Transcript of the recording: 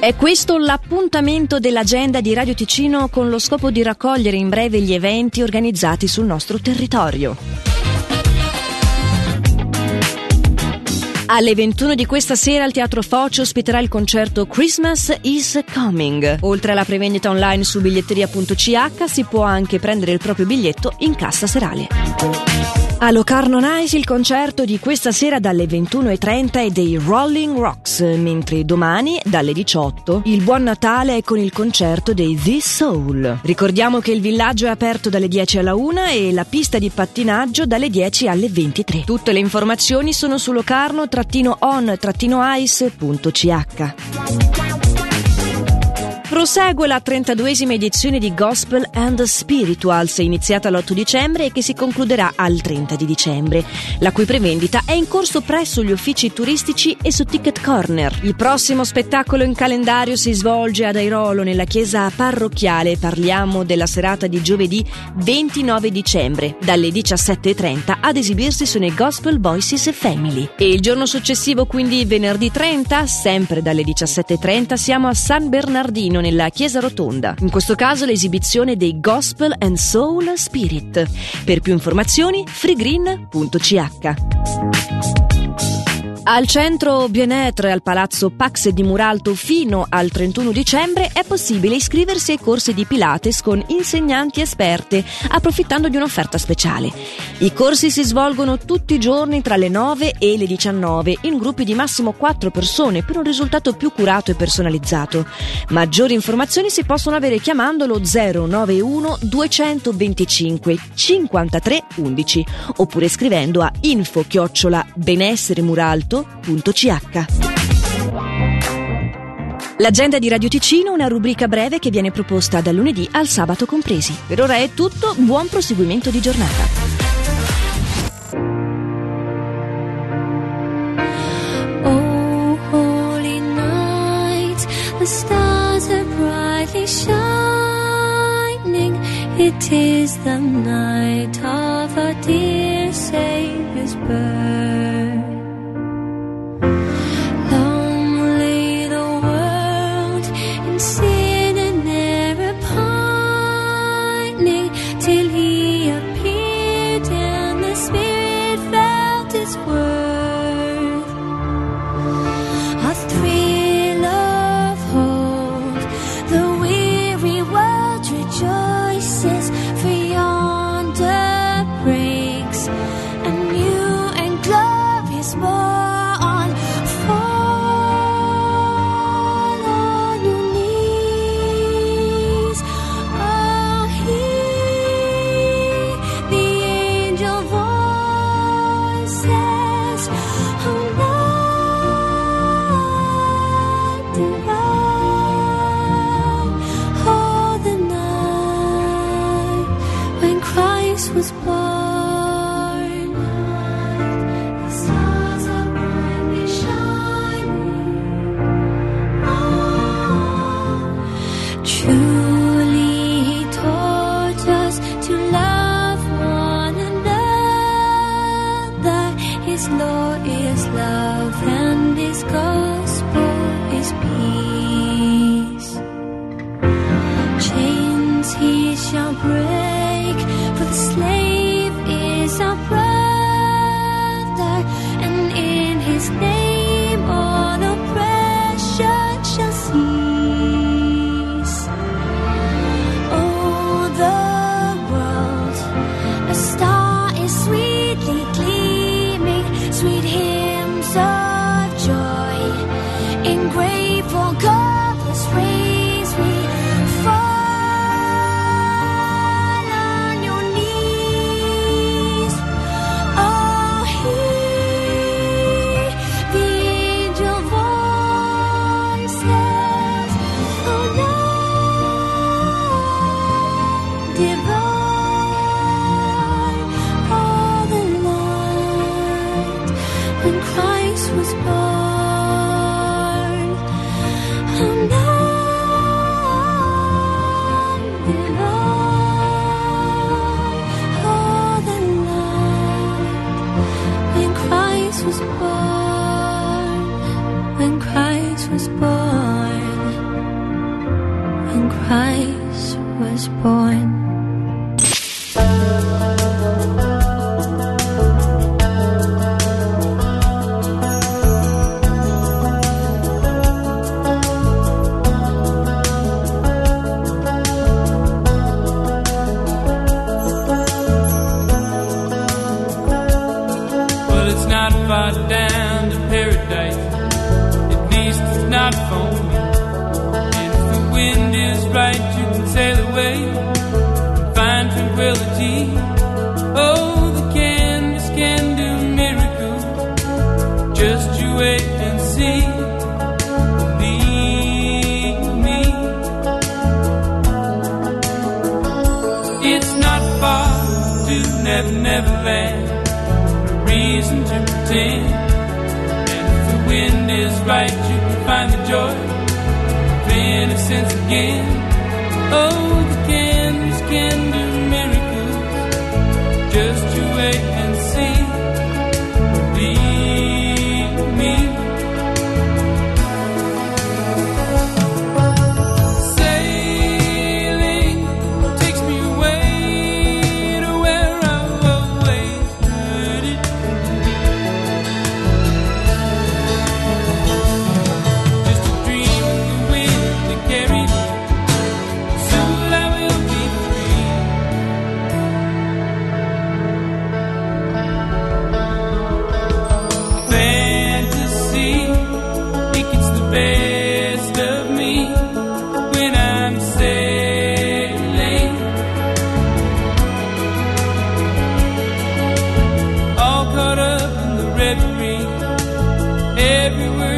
È questo l'appuntamento dell'agenda di Radio Ticino con lo scopo di raccogliere in breve gli eventi organizzati sul nostro territorio. Alle 21 di questa sera il Teatro Foce ospiterà il concerto Christmas is Coming. Oltre alla prevendita online su biglietteria.ch si può anche prendere il proprio biglietto in cassa serale. A Locarno Nice il concerto di questa sera dalle 21:30 è dei Rolling Rocks, mentre domani dalle 18 il Buon Natale è con il concerto dei The Soul. Ricordiamo che il villaggio è aperto dalle 10 alla 1 e la pista di pattinaggio dalle 10 alle 23. Tutte le informazioni sono su locarno-on-ice.ch. Prosegue la 32esima edizione di Gospel and Spirituals, iniziata l'8 dicembre e che si concluderà al 30 di dicembre, la cui prevendita è in corso presso gli uffici turistici e su Ticket Corner. Il prossimo spettacolo in calendario si svolge ad Airolo, nella chiesa parrocchiale. Parliamo della serata di giovedì 29 dicembre, dalle 17:30 ad esibirsi sono i Gospel Voices Family. E il giorno successivo, quindi venerdì 30, sempre dalle 17:30, siamo a San Bernardino, nella chiesa rotonda. In questo caso l'esibizione dei Gospel and Soul Spirit. Per più informazioni freegreen.ch. Al centro Bien-être al Palazzo Pax di Muralto fino al 31 dicembre è possibile iscriversi ai corsi di Pilates con insegnanti esperte, approfittando di un'offerta speciale. I corsi si svolgono tutti i giorni tra le 9 e le 19 in gruppi di massimo 4 persone per un risultato più curato e personalizzato. Maggiori informazioni si possono avere chiamando lo 091 225 53 11 oppure scrivendo a info@benesseremuralto.ch. L'agenda di Radio Ticino, una rubrica breve che viene proposta dal lunedì al sabato compresi. Per ora è tutto, buon proseguimento di giornata. Oh, holy night, the stars are brightly shining. It is the night of our dear Savior's birth. Till he appeared and the Spirit felt its worth. A thrill of hope, the weary world rejoices, for yonder breaks a new and glorious morn. wait and see. Believe me, it's not far to Never Never Land. No reason to pretend. And if the wind is right, you can find the joy of innocence again. Oh, the candles can do miracles. Just you wait and see. Believe me. Sailing takes me away to where I've always heard it. Just a dream of the wind that carries me. Soon I will be free. Fantasy, it gets the best of me when I'm sailing. All caught up in the reverie, every word